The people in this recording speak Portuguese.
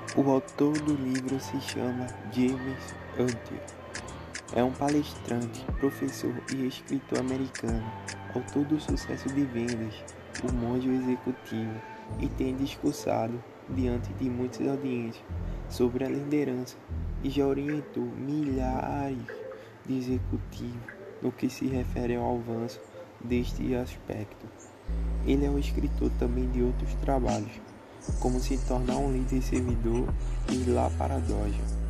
O autor do livro se chama James Altucher. É um palestrante, professor e escritor americano, autor do sucesso de vendas, O Monge Executivo, e tem discursado diante de muitas audiências sobre a liderança e já orientou milhares de executivos no que se refere ao avanço deste aspecto. Ele é o escritor também de outros trabalhos, como Se Tornar um Líder Servidor e La Paradoja.